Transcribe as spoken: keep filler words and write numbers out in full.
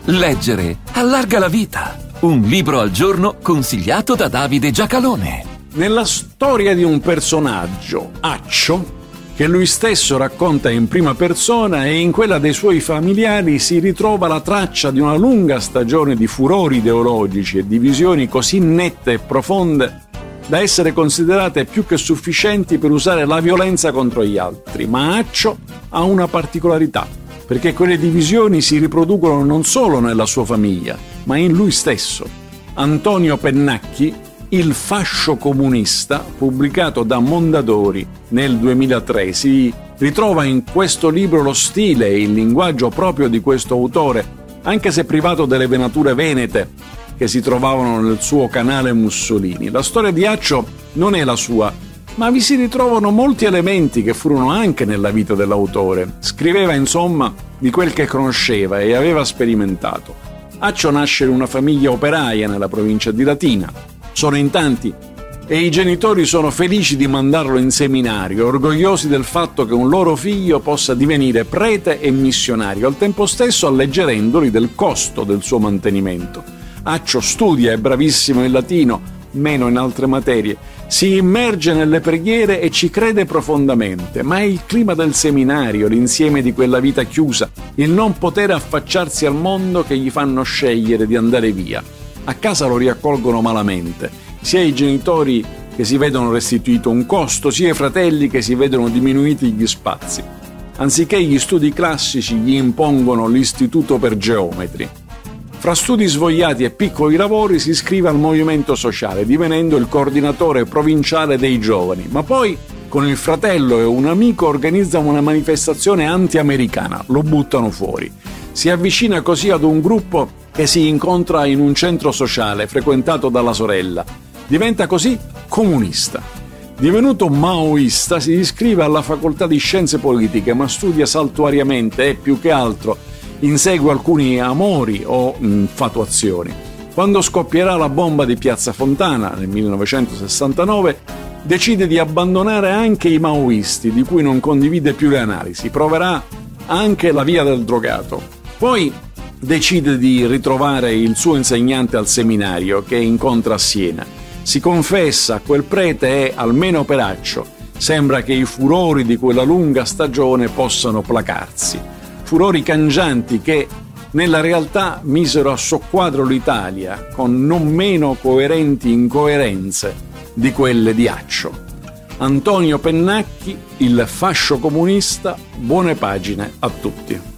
Leggere allarga la vita. Un libro al giorno consigliato da Davide Giacalone. Nella storia di un personaggio, Accio, che lui stesso racconta in prima persona, e in quella dei suoi familiari si ritrova la traccia di una lunga stagione di furori ideologici e di visioni così nette e profonde da essere considerate più che sufficienti per usare la violenza contro gli altri. Ma Accio ha una particolarità, perché quelle divisioni si riproducono non solo nella sua famiglia, ma in lui stesso. Antonio Pennacchi, Il fascio comunista, pubblicato da Mondadori nel duemilatré, si ritrova in questo libro lo stile e il linguaggio proprio di questo autore, anche se privato delle venature venete che si trovavano nel suo canale Mussolini. La storia di Accio non è la sua, ma vi si ritrovano molti elementi che furono anche nella vita dell'autore. Scriveva, insomma, di quel che conosceva e aveva sperimentato. Accio nasce in una famiglia operaia nella provincia di Latina. Sono in tanti e i genitori sono felici di mandarlo in seminario, orgogliosi del fatto che un loro figlio possa divenire prete e missionario, al tempo stesso alleggerendoli del costo del suo mantenimento. Accio studia, è bravissimo in latino, meno in altre materie, si immerge nelle preghiere e ci crede profondamente, ma è il clima del seminario, l'insieme di quella vita chiusa, il non poter affacciarsi al mondo che gli fanno scegliere di andare via. A casa lo riaccolgono malamente, sia i genitori che si vedono restituito un costo, sia i fratelli che si vedono diminuiti gli spazi. Anziché gli studi classici gli impongono l'istituto per geometri. Fra studi svogliati e piccoli lavori si iscrive al movimento sociale, divenendo il coordinatore provinciale dei giovani, ma poi con il fratello e un amico organizza una manifestazione anti-americana, lo buttano fuori. Si avvicina così ad un gruppo che si incontra in un centro sociale frequentato dalla sorella. Diventa così comunista. Divenuto maoista, si iscrive alla facoltà di scienze politiche, ma studia saltuariamente e più che altro insegue alcuni amori o infatuazioni. Quando scoppierà la bomba di Piazza Fontana nel millenovecentosessantanove, decide di abbandonare anche i maoisti, di cui non condivide più le analisi. Proverà anche la via del drogato. Poi decide di ritrovare il suo insegnante al seminario che incontra a Siena. Si confessa a quel prete e, almeno per Accio, sembra che i furori di quella lunga stagione possano placarsi. Furori cangianti che, nella realtà, misero a soqquadro l'Italia con non meno coerenti incoerenze di quelle di Accio. Antonio Pennacchi, Il fascio comunista, buone pagine a tutti.